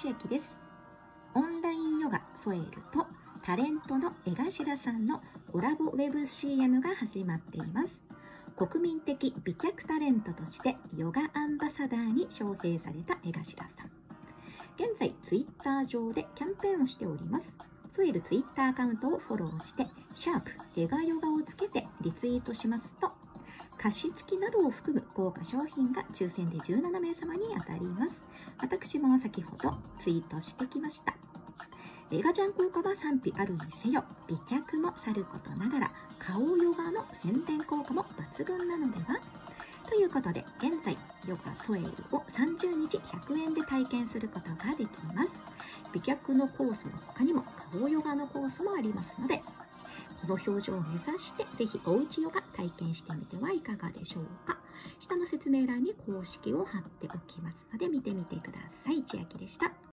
千秋です。オンラインヨガソエルとタレントの江頭さんのコラボウェブ CM が始まっています。国民的美脚タレントとしてヨガアンバサダーに招聘された江頭さん。現在ツイッター上でキャンペーンをしております。ソエルツイッターアカウントをフォローしてシャープエガヨガをつけてリツイートしますと、加湿器などを含む豪華商品が抽選で17名様に当たります。私も先ほどツイートしてきました。エガちゃん効果は賛否あるにせよ、美脚もさることながら顔ヨガの宣伝効果も抜群なのではということで、現在ヨガソエルを30日100円で体験することができます。美脚のコースの他にも顔ヨガのコースもありますので、その表情を目指してぜひおうちヨガ体験してみてはいかがでしょうか。下の説明欄に公式を貼っておきますので見てみてください。千秋でした。